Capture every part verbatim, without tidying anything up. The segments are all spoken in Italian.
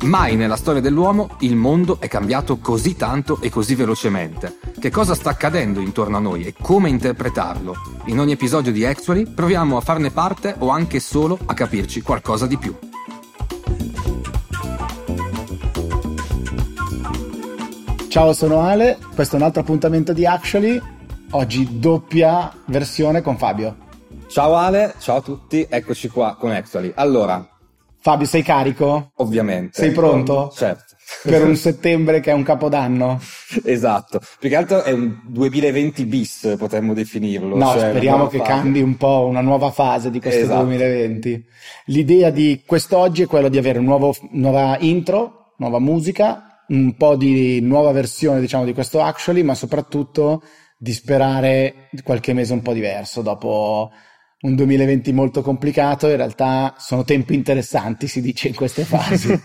Mai nella storia dell'uomo il mondo è cambiato così tanto e così velocemente. Che cosa sta accadendo intorno a noi e come interpretarlo? In ogni episodio di Actually proviamo a farne parte o anche solo a capirci qualcosa di più. Ciao, sono Ale, questo è un altro appuntamento di Actually, oggi doppia versione con Fabio. Ciao Ale, ciao a tutti, eccoci qua con Actually. Allora, Fabio, sei carico? ovviamente. Sei pronto? Certo. Per un settembre che è un capodanno? Esatto, più che altro è un duemilaventi bis, potremmo definirlo. No, cioè speriamo che fase. cambi un po', una nuova fase di questo Esatto. duemilaventi. L'idea di quest'oggi è quella di avere un nuovo, nuova intro, nuova musica, un po' di nuova versione, diciamo, di questo Actually, ma soprattutto di sperare qualche mese un po' diverso dopo un duemilaventi molto complicato. In realtà sono tempi interessanti, si dice in queste fasi.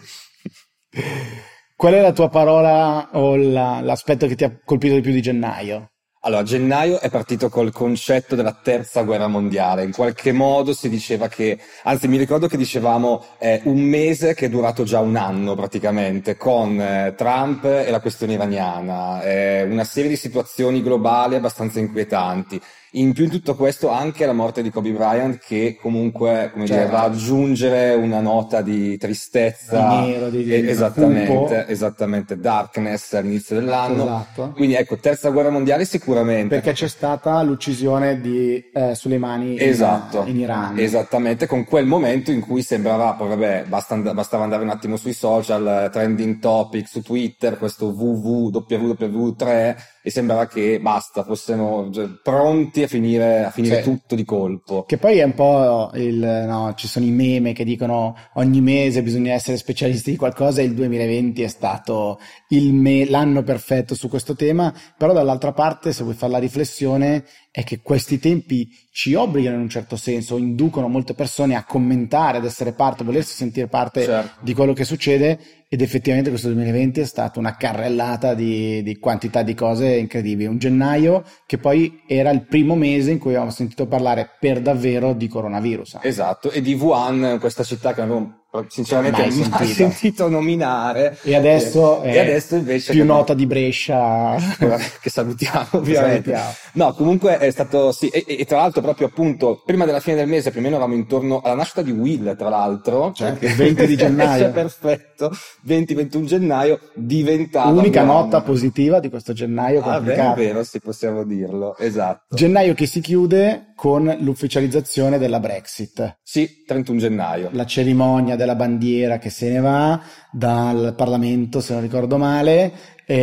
Qual è la tua parola o la, l'aspetto che ti ha colpito di più di gennaio? Allora, gennaio è partito col concetto della terza guerra mondiale. In qualche modo si diceva che, anzi mi ricordo che dicevamo eh, un mese che è durato già un anno praticamente, con eh, Trump e la questione iraniana, eh, una serie di situazioni globali abbastanza inquietanti. In più in tutto questo anche la morte di Kobe Bryant, che comunque, come Certo. dire, va ad aggiungere una nota di tristezza, Di nero, di- di- eh, esattamente, cupo. esattamente, darkness all'inizio dell'anno. Esatto. Quindi ecco, terza guerra mondiale sicuramente. Perché c'è stata l'uccisione di eh, Soleimani in, Esatto, in Iran. esattamente, con quel momento in cui sembrava, poi vabbè, basta and- bastava andare un attimo sui social, trending topic su Twitter, questo W W W tre, e sembrava che basta, fossero cioè, pronti a finire, a finire Sì. tutto di colpo. Che poi è un po' il, no, ci sono i meme che dicono ogni mese bisogna essere specialisti di qualcosa, e il duemilaventi è stato il me- l'anno perfetto su questo tema. Però dall'altra parte, se vuoi fare la riflessione, è che questi tempi ci obbligano in un certo senso, inducono molte persone a commentare, ad essere parte, a volersi sentire parte Certo. di quello che succede, ed effettivamente questo duemilaventi è stata una carrellata di, di quantità di cose incredibili. Un gennaio che poi era il primo mese in cui avevamo sentito parlare per davvero di coronavirus. Esatto, e di Wuhan, questa città che non avevo sinceramente Mai mai sentito. sentito nominare. E adesso e è adesso invece più che- nota di Brescia. che salutiamo ovviamente. Salutiamo. No, comunque è stato sì, e, e tra l'altro proprio appunto prima della fine del mese, più o meno eravamo intorno alla nascita di Will, tra l'altro, Cioè, perché- il venti di gennaio. perfetto, venti ventuno gennaio diventava Unica un anno. nota positiva di questo gennaio Ah, beh, è complicato. vero, sì, possiamo dirlo, esatto. Gennaio che si chiude con l'ufficializzazione della Brexit. Sì, trentuno gennaio. La cerimonia della bandiera che se ne va dal Parlamento, se non ricordo male,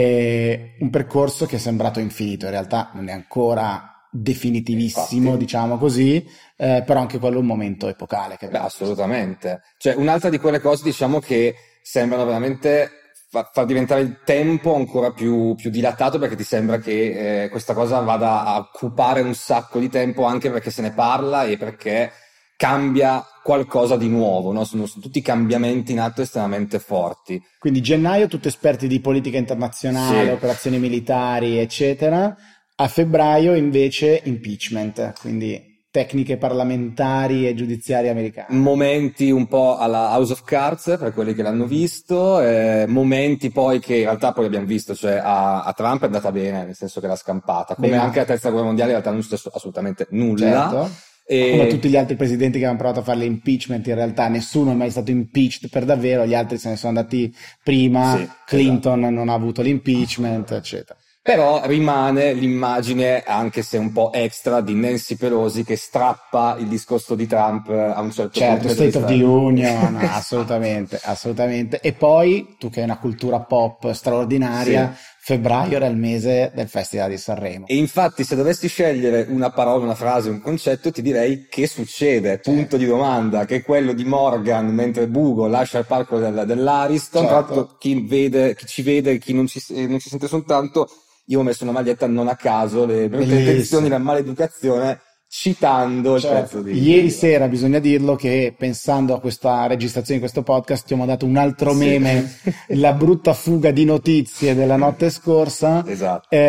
è un percorso che è sembrato infinito, in realtà non è ancora definitivissimo, Infatti. diciamo così, eh, però anche quello è un momento epocale. Che Beh, assolutamente. Cioè, un'altra di quelle cose, diciamo, che sembrano veramente fa- far diventare il tempo ancora più, più dilatato, perché ti sembra che eh, questa cosa vada a occupare un sacco di tempo, anche perché se ne parla e perché cambia qualcosa di nuovo, no? Sono, sono tutti cambiamenti in atto estremamente forti. Quindi gennaio tutti esperti di politica internazionale, Sì. operazioni militari, eccetera. A febbraio invece impeachment, quindi tecniche parlamentari e giudiziarie americane. Momenti un po' alla House of Cards per quelli che l'hanno visto, eh, momenti poi che in realtà poi abbiamo visto, cioè a, a Trump è andata bene, nel senso che l'ha scampata, come Bene. anche la terza guerra mondiale in realtà non è successo assolutamente nulla. Certo. E- Come tutti gli altri presidenti che hanno provato a fare l'impeachment, in realtà nessuno è mai stato impeached per davvero, gli altri se ne sono andati prima, Sì, Clinton non ha avuto l'impeachment, eccetera. Però rimane l'immagine, anche se un po' extra, di Nancy Pelosi che strappa il discorso di Trump a un certo Certo, punto. State of the Union, assolutamente, assolutamente. E poi, tu che hai una cultura pop straordinaria, febbraio era il mese del Festival di Sanremo. E infatti, se dovessi scegliere una parola, una frase, un concetto, ti direi che succede, punto di domanda, che è quello di Morgan mentre Bugo lascia il palco del, dell'Ariston. Certo. Tra l'altro, chi vede, chi ci vede, chi non ci, eh, non ci sente soltanto, io ho messo una maglietta non a caso, le brutte Bellissimo. intenzioni, la maleducazione, citando il Certo. pezzo di Ieri sera bisogna dirlo che, pensando a questa registrazione di questo podcast, ti ho mandato un altro Sì. meme, la brutta fuga di notizie della notte scorsa, Esatto. eh,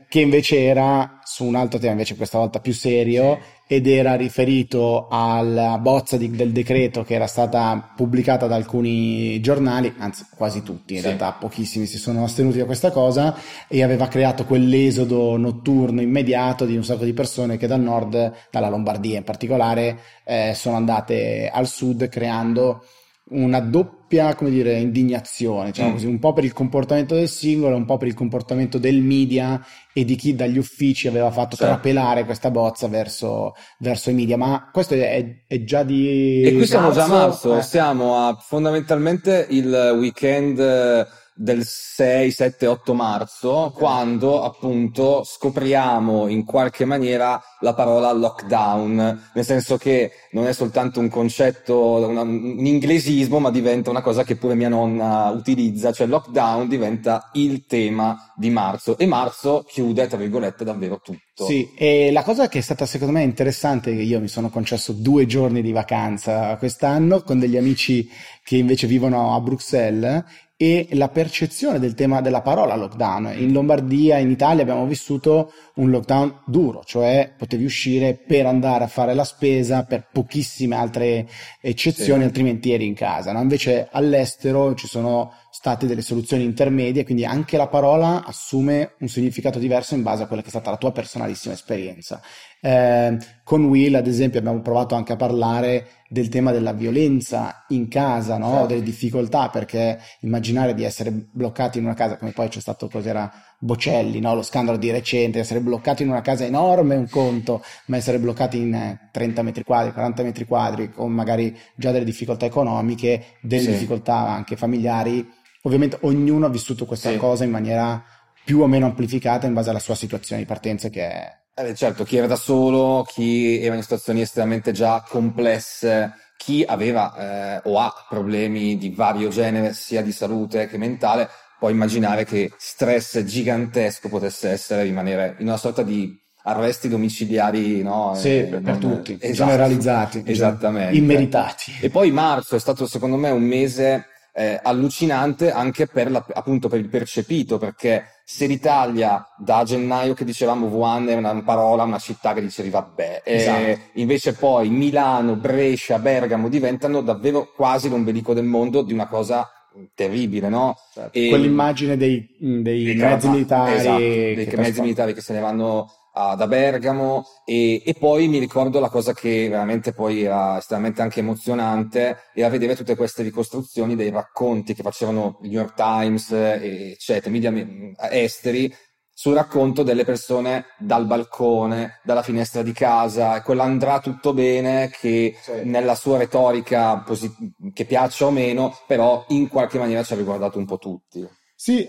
che invece era su un altro tema, invece questa volta più serio, ed era riferito alla bozza di- del decreto che era stata pubblicata da alcuni giornali, anzi quasi tutti, in Sì. realtà pochissimi si sono astenuti da questa cosa, e aveva creato quell'esodo notturno immediato di un sacco di persone che dal nord, dalla Lombardia in particolare, eh, sono andate al sud, creando una doppia, come dire, indignazione, diciamo Mm. così, un po' per il comportamento del singolo, un po' per il comportamento del media e di chi dagli uffici aveva fatto Certo. trapelare questa bozza verso, verso i media. Ma questo è, è già di E qui siamo già a marzo, eh. siamo a fondamentalmente il weekend eh, del sei, sette, otto marzo, quando appunto scopriamo in qualche maniera la parola lockdown, nel senso che non è soltanto un concetto, una- un inglesismo, ma diventa una cosa che pure mia nonna utilizza, cioè lockdown diventa il tema di marzo, e marzo chiude, tra virgolette, davvero tutto. Sì, e la cosa che è stata secondo me interessante è che io mi sono concesso due giorni di vacanza quest'anno con degli amici che invece vivono a Bruxelles, e la percezione del tema della parola lockdown. In Lombardia, in Italia abbiamo vissuto un lockdown duro, cioè potevi uscire per andare a fare la spesa, per pochissime altre eccezioni, Sì. altrimenti eri in casa, no? Invece all'estero ci sono state delle soluzioni intermedie, quindi anche la parola assume un significato diverso in base a quella che è stata la tua personalissima esperienza. Eh, con Will, ad esempio, abbiamo provato anche a parlare del tema della violenza in casa, no? Certo. Delle difficoltà, perché immaginare di essere bloccati in una casa, come poi c'è stato, cos'era, Bocelli, no? Lo scandalo di recente, essere bloccati in una casa enorme è un conto, ma essere bloccati in eh, trenta metri quadri, quaranta metri quadri, con magari già delle difficoltà economiche, delle Sì. difficoltà anche familiari. Ovviamente ognuno ha vissuto questa Sì. cosa in maniera più o meno amplificata in base alla sua situazione di partenza, che è... Eh, certo, chi era da solo, chi era in situazioni estremamente già complesse, chi aveva eh, o ha problemi di vario genere, sia di salute che mentale, può immaginare che stress gigantesco potesse essere rimanere in una sorta di arresti domiciliari, no? Sì, Eh, per, per non- tutti, esatto. generalizzati, Esattamente. immeritati. E poi marzo è stato secondo me un mese eh, allucinante anche per la, appunto per il percepito, perché se l'Italia da gennaio, che dicevamo Wuhan è una parola, una città che dicevi vabbè, e Esatto. invece poi Milano, Brescia, Bergamo diventano davvero quasi l'ombelico del mondo di una cosa terribile, no? E Quell'immagine dei, dei dei mezzi carabà- militari, esatto, dei che mezzi poi- militari che se ne vanno ah, da Bergamo, e, e poi mi ricordo la cosa che veramente poi era estremamente anche emozionante, era vedere tutte queste ricostruzioni dei racconti che facevano il New York Times, eh, eccetera, media eh, esteri, sul racconto delle persone dal balcone, dalla finestra di casa, e quell'andrà tutto bene che Sì. nella sua retorica posi- che piaccia o meno, però in qualche maniera ci ha riguardato un po' tutti. Sì,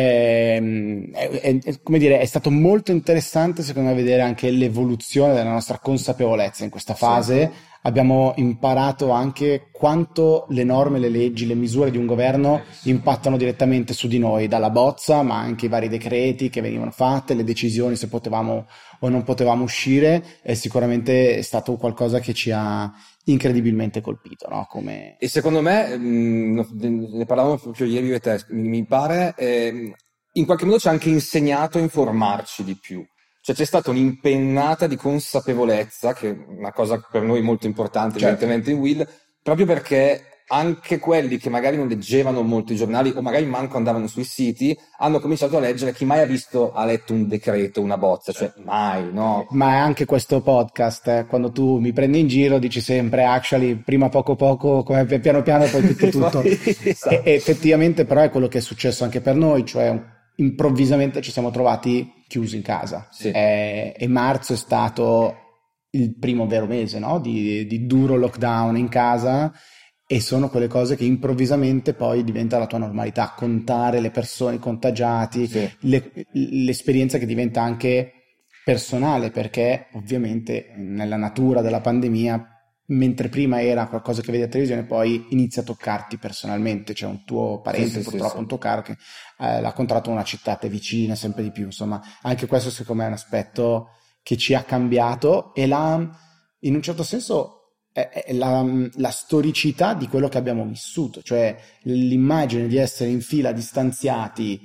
è, è- è- è- come dire, è stato molto interessante secondo me vedere anche l'evoluzione della nostra consapevolezza in questa fase. Abbiamo imparato anche quanto le norme, le leggi, le misure di un governo impattano direttamente su di noi, dalla bozza, ma anche i vari decreti che venivano fatti, le decisioni se potevamo o non potevamo uscire. È sicuramente stato qualcosa che ci ha incredibilmente colpito, no? Come... E secondo me, mh, ne parlavamo proprio ieri io e te, mi mi pare, ehm, in qualche modo ci ha anche insegnato a informarci di più. Cioè c'è stata un'impennata di consapevolezza, che è una cosa per noi molto importante, Certo. evidentemente in Will, proprio perché anche quelli che magari non leggevano molto i giornali o magari manco andavano sui siti, hanno cominciato a leggere. Chi mai ha visto, ha letto un decreto, una bozza, cioè mai, no? Ma è anche questo podcast, eh, quando tu mi prendi in giro dici sempre actually prima poco poco, come piano piano poi tutto tutto. Poi- esatto. E, e effettivamente però è quello che è successo anche per noi, cioè improvvisamente ci siamo trovati chiusi in casa. Sì. E, e marzo è stato il primo vero mese, no? di, di duro lockdown in casa, e sono quelle cose che improvvisamente poi diventa la tua normalità, contare le persone contagiati, Sì. le- l'esperienza che diventa anche personale, perché ovviamente nella natura della pandemia, mentre prima era qualcosa che vedi a televisione, poi inizia a toccarti personalmente. C'è un tuo parente, Sì, sì, purtroppo sì, un sì. tuo caro, che eh, l'ha contratto in una città a te vicina, sempre di più. Insomma, anche questo secondo me è un aspetto che ci ha cambiato, e la, in un certo senso è, è la, la storicità di quello che abbiamo vissuto, cioè l'immagine di essere in fila distanziati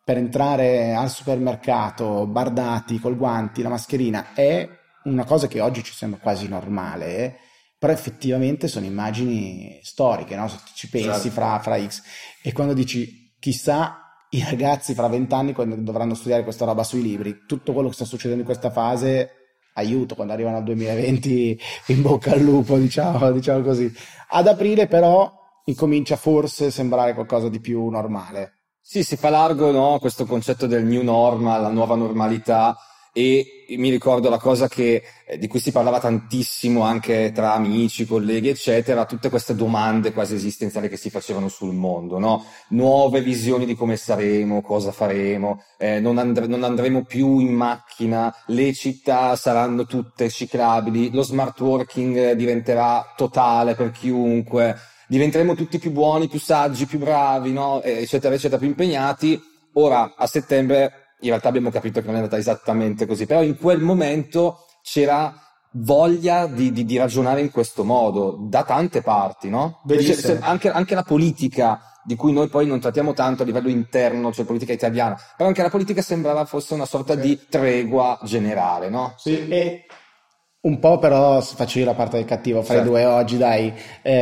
per entrare al supermercato bardati, col guanti, la mascherina, è una cosa che oggi ci sembra quasi normale, eh? Però effettivamente sono immagini storiche, no? Se ci pensi fra, fra X. E quando dici, chissà i ragazzi fra vent'anni quando dovranno studiare questa roba sui libri, tutto quello che sta succedendo in questa fase, aiuto, quando arrivano al duemilaventi in bocca al lupo, diciamo, diciamo così. Ad aprile però incomincia forse a sembrare qualcosa di più normale. Sì, si fa largo, no, questo concetto del new normal, la nuova normalità, e mi ricordo la cosa che, eh, di cui si parlava tantissimo anche tra amici, colleghi, eccetera, tutte queste domande quasi esistenziali che si facevano sul mondo, no? Nuove visioni di come saremo, cosa faremo, eh, non, andre- non andremo più in macchina, le città saranno tutte ciclabili, lo smart working diventerà totale per chiunque, diventeremo tutti più buoni, più saggi, più bravi, no? Eccetera, eccetera, più impegnati. Ora, a settembre, in realtà abbiamo capito che non è andata esattamente così, però in quel momento c'era voglia di, di, di ragionare in questo modo, da tante parti, no? Cioè, anche, anche la politica, di cui noi poi non trattiamo tanto a livello interno, cioè politica italiana, però anche la politica sembrava fosse una sorta sì. di tregua generale, no? Sì, e un po' però facevi la parte del cattivo fra certo. i due oggi, dai,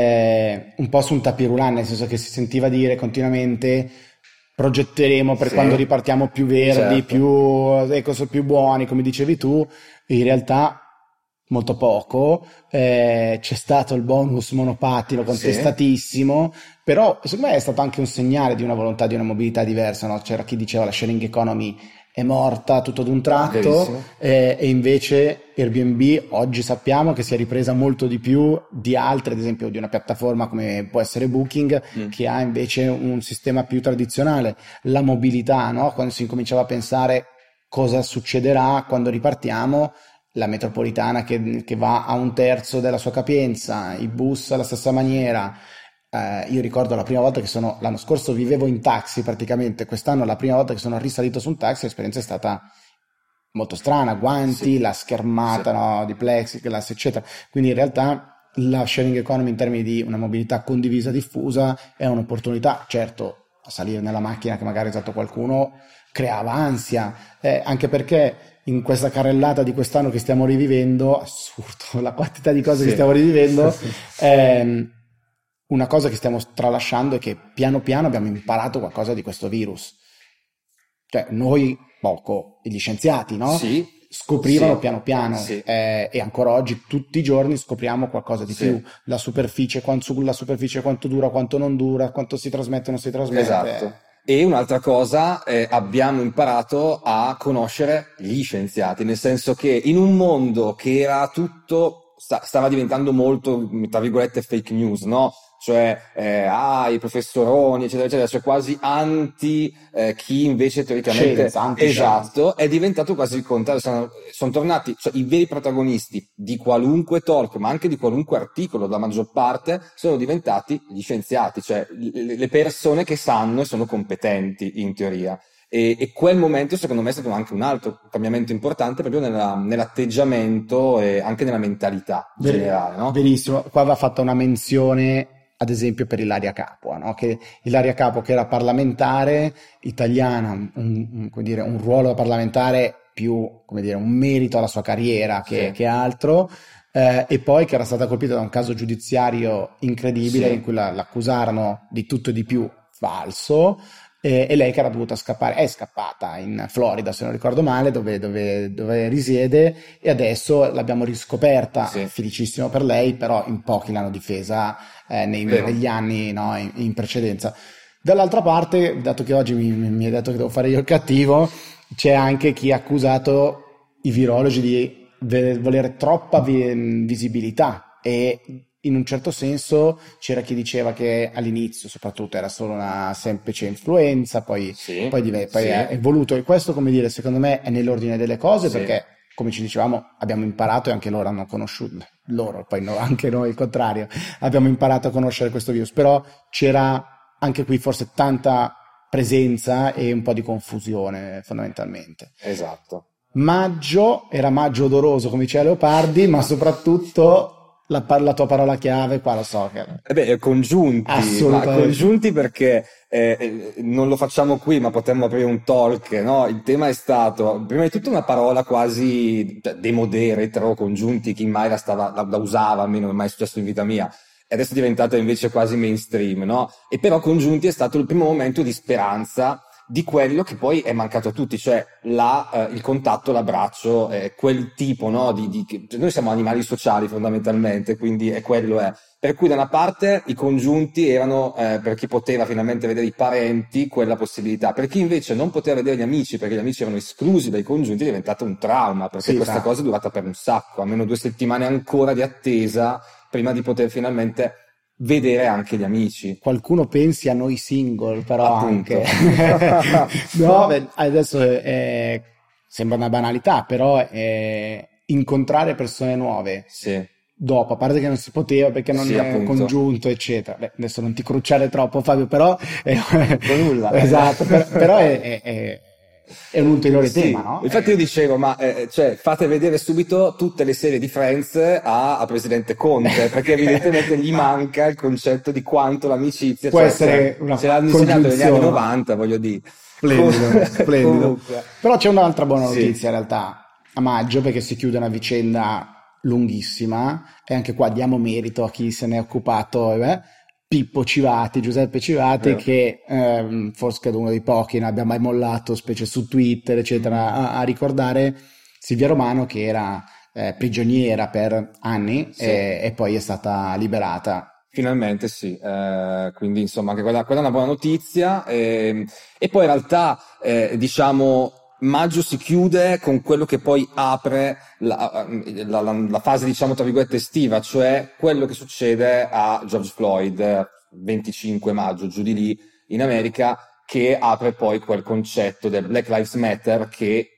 eh, un po' su un tapirulan, nel senso che si sentiva dire continuamente progetteremo per sì. quando ripartiamo più verdi, certo. più, ecco, più buoni, come dicevi tu. In realtà molto poco, eh, c'è stato il bonus monopattino contestatissimo, sì. però secondo me è stato anche un segnale di una volontà di una mobilità diversa, no? C'era chi diceva la sharing economy è morta tutto d'un tratto, eh, e invece Airbnb oggi sappiamo che si è ripresa molto di più di altre, ad esempio di una piattaforma come può essere Booking, mm. che ha invece un sistema più tradizionale. La mobilità, no? Quando si incominciava a pensare cosa succederà quando ripartiamo, la metropolitana che, che va a un terzo della sua capienza, i bus alla stessa maniera. Uh, io ricordo la prima volta che sono, l'anno scorso vivevo in taxi praticamente, quest'anno la prima volta che sono risalito su un taxi l'esperienza è stata molto strana, guanti, sì. la schermata sì. no, di plexiglass eccetera, quindi in realtà la sharing economy in termini di una mobilità condivisa diffusa è un'opportunità. Certo, a salire nella macchina che magari ha usato qualcuno creava ansia, eh, anche perché in questa carrellata di quest'anno che stiamo rivivendo, assurdo la quantità di cose sì. che stiamo rivivendo, ehm, una cosa che stiamo tralasciando è che piano piano abbiamo imparato qualcosa di questo virus. Cioè, noi poco, gli scienziati, no? Sì. Scoprivano sì. piano piano, sì. eh, e ancora oggi tutti i giorni scopriamo qualcosa di sì. più. La superficie, quanto, la superficie, quanto dura, quanto non dura, quanto si trasmette o non si trasmette. Esatto. E un'altra cosa, eh, abbiamo imparato a conoscere gli scienziati, nel senso che in un mondo che era tutto, sta, stava diventando molto, tra virgolette, fake news, no? Cioè, eh, ah, i professoroni, eccetera, eccetera, cioè quasi anti eh, chi invece teoricamente Scienza, esatto, è diventato quasi il contrario. Sono, sono tornati, cioè i veri protagonisti di qualunque talk, ma anche di qualunque articolo, la maggior parte, sono diventati gli scienziati, cioè le persone che sanno e sono competenti in teoria. E, e quel momento secondo me è stato anche un altro cambiamento importante proprio nella, nell'atteggiamento e anche nella mentalità Ver- generale, no? Verissimo, qua va fatta una menzione ad esempio per Ilaria Capua, no? Che Ilaria Capua, che era parlamentare italiana, un, un, come dire, un ruolo parlamentare più, come dire, un merito alla sua carriera che, sì. che altro, eh, e poi che era stata colpita da un caso giudiziario incredibile, sì. in cui la, l'accusarono di tutto e di più falso, e, e lei che era dovuta scappare, è scappata in Florida se non ricordo male, dove, dove, dove risiede, e adesso l'abbiamo riscoperta, sì. felicissimo per lei, però in pochi l'hanno difesa eh, nei, negli anni, no, in, in precedenza. Dall'altra parte, dato che oggi mi, mi hai detto che devo fare io il cattivo, c'è anche chi ha accusato i virologi di volere troppa vi- visibilità, e in un certo senso c'era chi diceva che all'inizio soprattutto era solo una semplice influenza, poi, sì, poi, div- poi sì. è evoluto, e questo, come dire, secondo me è nell'ordine delle cose, sì. perché come ci dicevamo abbiamo imparato, e anche loro hanno conosciuto, loro, poi no, anche noi il contrario, abbiamo imparato a conoscere questo virus, però c'era anche qui forse tanta presenza e un po' di confusione fondamentalmente. Esatto. Maggio, era maggio odoroso come diceva Leopardi, ma soprattutto la, la tua parola chiave qua lo so che... Eh beh, congiunti, ma congiunti perché eh, non lo facciamo qui, ma potremmo aprire un talk, no? Il tema è stato, prima di tutto, una parola quasi démodé, retro, congiunti, chi mai la, stava, la, la usava, almeno non è mai successo in vita mia, e adesso è diventata invece quasi mainstream, no? E però congiunti è stato il primo momento di speranza di quello che poi è mancato a tutti, cioè la, eh, il contatto, l'abbraccio, eh, quel tipo, no? Di, di, noi siamo animali sociali fondamentalmente, quindi è quello è. Per cui da una parte i congiunti erano, eh, per chi poteva finalmente vedere i parenti, quella possibilità. Per chi invece non poteva vedere gli amici, perché gli amici erano esclusi dai congiunti, è diventato un trauma, perché sì, questa cosa è durata per un sacco, almeno due settimane ancora di attesa prima di poter finalmente vedere anche gli amici. Qualcuno pensi a noi single, però appunto. Anche no, beh, adesso è, sembra una banalità, però è incontrare persone nuove. Sì. Dopo, a parte che non si poteva perché non sì, è appunto. congiunto, eccetera. Beh, adesso non ti crucciare troppo, Fabio, però è, nulla. Esatto, per, però è, è, è è un ulteriore sì, tema, no? Infatti io dicevo, ma eh, cioè, fate vedere subito tutte le serie di Friends a, a Presidente Conte, perché evidentemente gli manca il concetto di quanto l'amicizia può cioè, essere una ce l'hanno insegnato negli anni novanta, voglio dire. Splendido, splendido. Però c'è un'altra buona sì. notizia in realtà, a maggio, perché si chiude una vicenda lunghissima, e anche qua diamo merito a chi se ne è occupato, eh? Pippo Civati, Giuseppe Civati, yeah. che ehm, forse credo uno dei pochi non abbia mai mollato, specie su Twitter, eccetera, a, a ricordare Silvia Romano, che era eh, prigioniera per anni sì. e, e poi è stata liberata. Finalmente sì, eh, quindi insomma anche quella, quella è una buona notizia. E, e poi in realtà eh, diciamo maggio si chiude con quello che poi apre la, la, la, la fase diciamo tra virgolette estiva, cioè quello che succede a George Floyd venticinque maggio, giù di lì in America, che apre poi quel concetto del Black Lives Matter che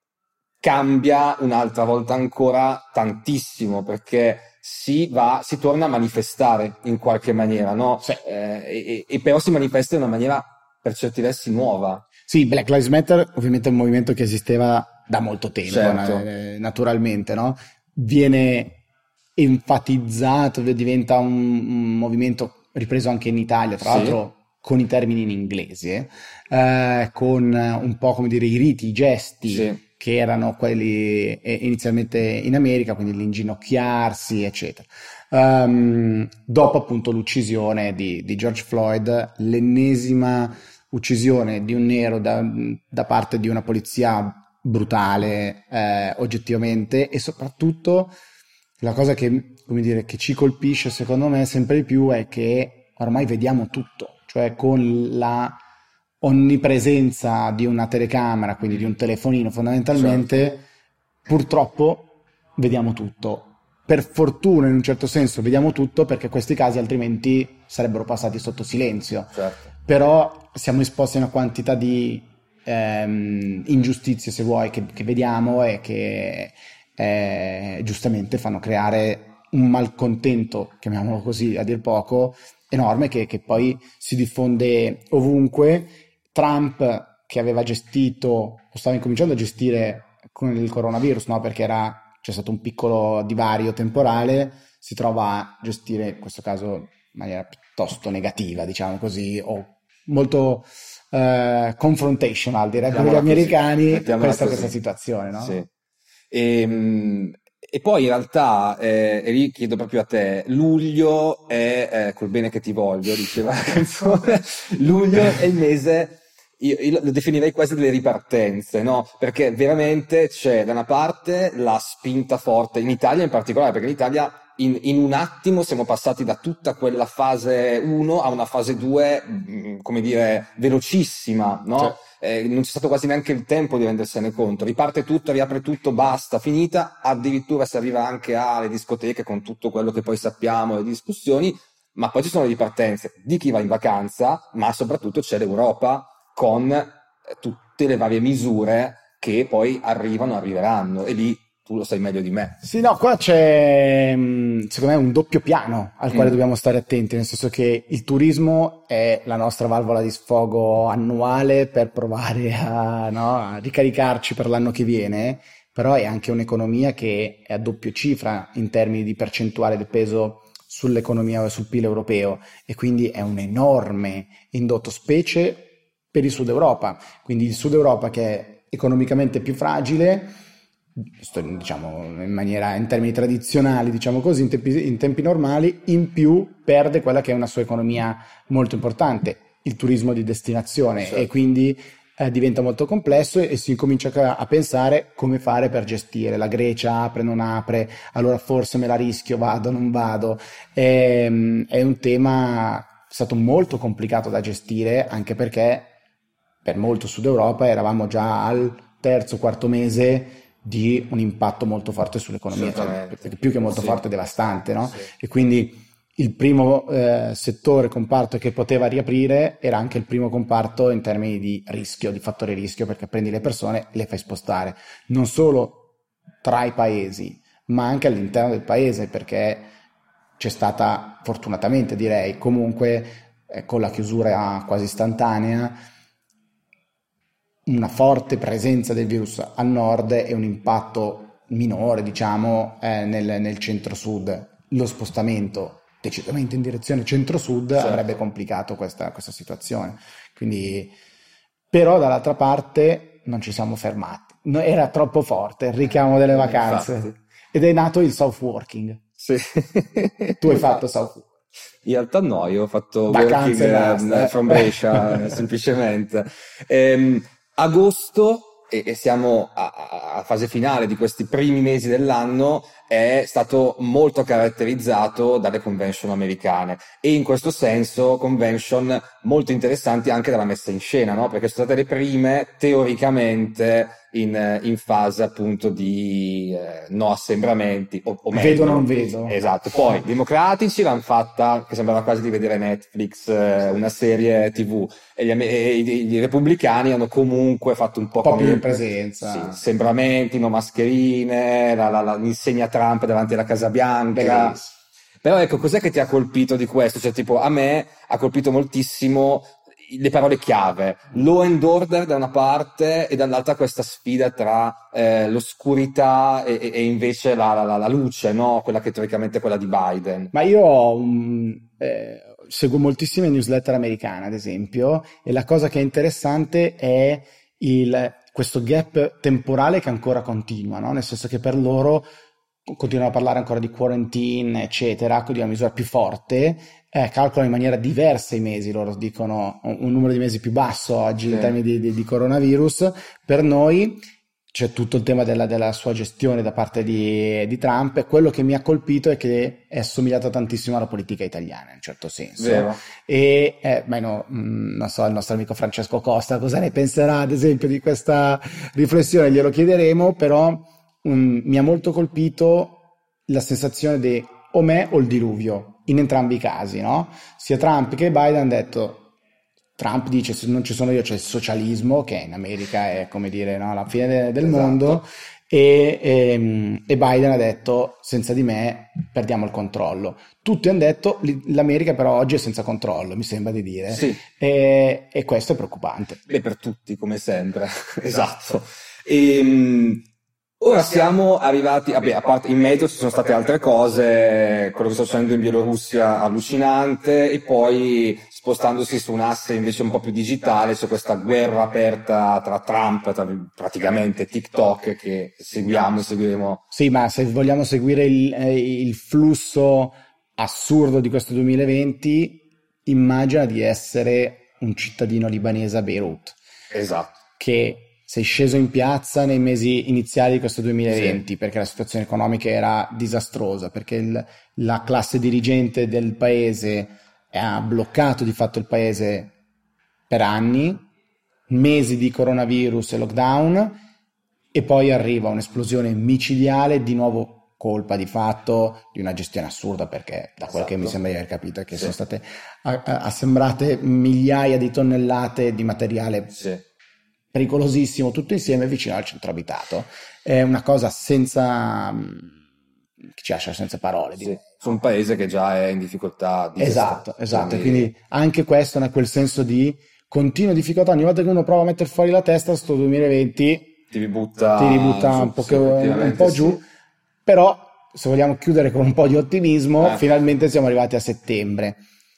cambia un'altra volta ancora tantissimo, perché si va, si torna a manifestare in qualche maniera, no? Sì. Eh, e, e però si manifesta in una maniera per certi versi nuova. Sì, Black Lives Matter ovviamente è un movimento che esisteva da molto tempo, certo. eh, naturalmente, no? Viene enfatizzato, diventa un, un movimento ripreso anche in Italia, tra sì. l'altro con i termini in inglese, eh, con un po' come dire i riti, i gesti sì. che erano quelli inizialmente in America, quindi l'inginocchiarsi, eccetera. Um, dopo appunto l'uccisione di, di George Floyd, l'ennesima uccisione di un nero da, da parte di una polizia brutale, eh, oggettivamente, e soprattutto la cosa che, come dire, che ci colpisce secondo me sempre di più è che ormai vediamo tutto, cioè con la onnipresenza di una telecamera, quindi di un telefonino fondamentalmente, certo. purtroppo vediamo tutto. Per fortuna in un certo senso vediamo tutto, perché questi casi altrimenti sarebbero passati sotto silenzio. Certo. Però siamo esposti a una quantità di ehm, ingiustizie, se vuoi, che, che vediamo e che eh, giustamente fanno creare un malcontento, chiamiamolo così a dir poco, enorme, che, che poi si diffonde ovunque. Trump, che aveva gestito, o stava incominciando a gestire con il coronavirus, no? Perché era, c'è stato un piccolo divario temporale, si trova a gestire in questo caso in maniera piuttosto negativa, diciamo così, o molto eh, confrontational, direbbero gli americani, questa, questa situazione, no? Sì. E, e poi in realtà, eh, e lì chiedo proprio a te, luglio è, eh, col bene che ti voglio, diceva la canzone, luglio è il mese, io, io lo definirei quasi delle ripartenze, no? Perché veramente c'è da una parte la spinta forte, in Italia in particolare, perché in Italia In, in un attimo siamo passati da tutta quella fase uno a una fase due, come dire, velocissima, no? Cioè. Eh, non c'è stato quasi neanche il tempo di rendersene conto. Riparte tutto, riapre tutto, basta, finita. Addirittura si arriva anche alle discoteche con tutto quello che poi sappiamo, le discussioni, ma poi ci sono le ripartenze di chi va in vacanza, ma soprattutto c'è l'Europa con eh, tutte le varie misure che poi arrivano, arriveranno, e lì tu lo sai meglio di me. Sì, no, qua c'è secondo me un doppio piano al quale mm. dobbiamo stare attenti, nel senso che il turismo è la nostra valvola di sfogo annuale per provare a, no, a ricaricarci per l'anno che viene, però è anche un'economia che è a doppio cifra in termini di percentuale del peso sull'economia, sul P I L europeo, e quindi è un enorme indotto, specie per il Sud Europa. Quindi il Sud Europa, che è economicamente più fragile, diciamo in maniera, in termini tradizionali, diciamo così, in tempi, in tempi normali, in più perde quella che è una sua economia molto importante, il turismo di destinazione, certo. E quindi eh, diventa molto complesso e, e si incomincia a, a pensare come fare per gestire. La Grecia apre, non apre, allora forse me la rischio, vado, non vado. È, è un tema stato molto complicato da gestire, anche perché per molto Sud Europa eravamo già al terzo, quarto mese di un impatto molto forte sull'economia, cioè, più che molto sì. forte, devastante, no? Sì. E quindi il primo eh, settore, comparto che poteva riaprire era anche il primo comparto in termini di rischio, di fattore rischio, perché prendi le persone e le fai spostare, non solo tra i paesi, ma anche all'interno del paese, perché c'è stata, fortunatamente direi, comunque eh, con la chiusura quasi istantanea, una forte presenza del virus al nord e un impatto minore, diciamo, eh, nel, nel centro-sud. Lo spostamento decisamente in direzione centro-sud certo. avrebbe complicato questa, questa situazione. Quindi, però dall'altra parte non ci siamo fermati. No, era troppo forte il richiamo delle vacanze. Infatti. Ed è nato il South Working. Sì. Tu hai fatto South Working? In realtà no, io ho fatto vacanze working basta, eh. from Brescia semplicemente. Ehm, agosto, e, e siamo a, a fase finale di questi primi mesi dell'anno, è stato molto caratterizzato dalle convention americane, e in questo senso convention molto interessanti anche dalla messa in scena, no? Perché sono state le prime teoricamente in, in fase appunto di eh, no assembramenti, o, o meglio, vedo non vedo. Esatto. Poi i democratici l'hanno fatta, che sembrava quasi di vedere Netflix, eh, una serie tivù, e gli, e i, i repubblicani hanno comunque fatto un po', un po' come più di presenza, sì, assembramenti, no mascherine, la, la, la, l'insegna Trump davanti alla Casa Bianca. Bellissimo. Però ecco, cos'è che ti ha colpito di questo? Cioè, tipo, a me ha colpito moltissimo le parole chiave, law and order da una parte e dall'altra questa sfida tra eh, l'oscurità e, e invece la, la, la luce, no? Quella che teoricamente è quella di Biden. Ma io ho un, eh, seguo moltissime newsletter americane, ad esempio, e la cosa che è interessante è il, questo gap temporale che ancora continua, no? Nel senso che per loro continuano a parlare ancora di quarantine, eccetera, di una misura più forte, eh, calcolano in maniera diversa i mesi, loro dicono un, un numero di mesi più basso oggi sì. in termini di, di, di coronavirus. Per noi c'è tutto il tema della, della sua gestione da parte di, di Trump, e quello che mi ha colpito è che è assomigliata tantissimo alla politica italiana in un certo senso. Vero. E eh, beh, no, mh, non so, il nostro amico Francesco Costa cosa ne penserà ad esempio di questa riflessione, glielo chiederemo, però Um, mi ha molto colpito la sensazione di o me o il diluvio in entrambi i casi, no? Sia Trump che Biden hanno detto, Trump dice se non ci sono io c'è il socialismo, che in America è come dire no, la fine de- del esatto. mondo, e, e, e Biden ha detto senza di me perdiamo il controllo. Tutti hanno detto l'America però oggi è senza controllo, mi sembra di dire, sì. e, e questo è preoccupante. Beh, per tutti come sempre. Esatto. E, ora siamo arrivati, vabbè, a parte in mezzo ci sono state altre cose, quello che sta succedendo in Bielorussia allucinante, e poi spostandosi su un asse invece un po' più digitale, su questa guerra aperta tra Trump, tra praticamente TikTok, che seguiamo e seguiremo. Sì, ma se vogliamo seguire il, il flusso assurdo di questo duemilaventi, immagina di essere un cittadino libanese a Beirut. Esatto. Che sei sceso in piazza nei mesi iniziali di questo duemilaventi, sì. perché la situazione economica era disastrosa, perché il, la classe dirigente del paese ha bloccato di fatto il paese per anni, mesi di coronavirus e lockdown, e poi arriva un'esplosione micidiale, di nuovo colpa di fatto di una gestione assurda, perché da quel esatto. che mi sembra di aver capito è che sì. sono state assembrate migliaia di tonnellate di materiale sì. pericolosissimo tutto insieme vicino al centro abitato. È una cosa senza che ci lascia senza parole. Sì, su un paese che già è in difficoltà di esatto, gesta. esatto. Quindi... quindi anche questo è quel senso di continua difficoltà. Ogni volta che uno prova a mettere fuori la testa, sto duemilaventi ti ributta, ti ributta su, un, po', sì, un po' giù, sì. Però se vogliamo chiudere con un po' di ottimismo, eh. finalmente siamo arrivati a settembre.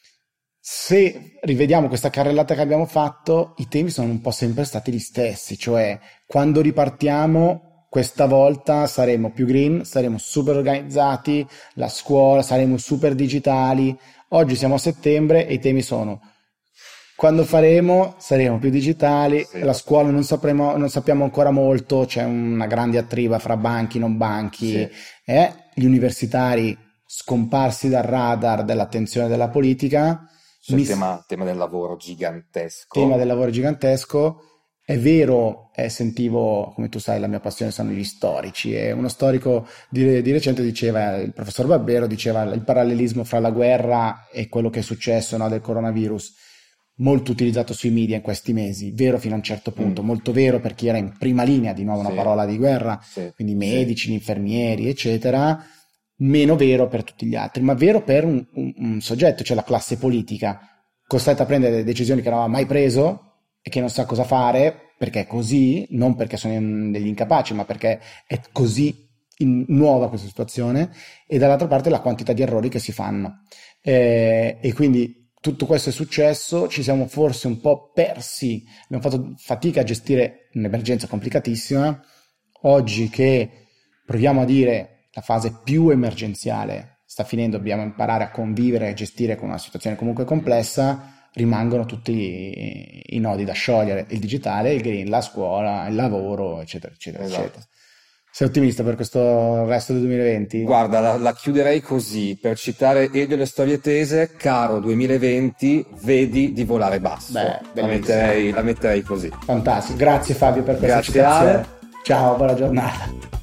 Se rivediamo questa carrellata che abbiamo fatto, i temi sono un po' sempre stati gli stessi, cioè quando ripartiamo questa volta saremo più green, saremo super organizzati, la scuola, saremo super digitali. Oggi siamo a settembre e i temi sono: quando faremo saremo più digitali, sì. La scuola non sapremo, non sappiamo ancora molto, c'è una grande attriba fra banchi, non banchi, sì. eh? Gli universitari scomparsi dal radar dell'attenzione della politica. C'è il tema, tema del lavoro gigantesco. Tema del lavoro gigantesco. È vero, eh, sentivo, come tu sai, la mia passione sono gli storici, e uno storico di, di recente diceva, il professor Barbero diceva, il parallelismo fra la guerra e quello che è successo, no, del coronavirus, molto utilizzato sui media in questi mesi, vero fino a un certo punto, mm. molto vero per chi era in prima linea, di nuovo una sì. parola di guerra, sì. quindi medici, sì. infermieri, eccetera, meno vero per tutti gli altri, ma vero per un, un, un soggetto, cioè la classe politica, costretta a prendere delle decisioni che non aveva mai preso e che non sa cosa fare, perché è così, non perché sono degli incapaci, ma perché è così in, nuova questa situazione, e dall'altra parte la quantità di errori che si fanno. Eh, e quindi tutto questo è successo, ci siamo forse un po' persi, abbiamo fatto fatica a gestire un'emergenza complicatissima. Oggi che proviamo a dire la fase più emergenziale sta finendo, dobbiamo imparare a convivere e gestire con una situazione comunque complessa, rimangono tutti i nodi da sciogliere: il digitale, il green, la scuola, il lavoro, eccetera, eccetera, esatto. eccetera. Sei ottimista per questo resto del duemilaventi? Guarda, la, la chiuderei così, per citare Elio Le Storie Tese: caro duemilaventi, vedi di volare basso. Beh, la, metterei, la metterei così. Fantastico, grazie Fabio per questa grazie citazione. Ale. Ciao, buona giornata.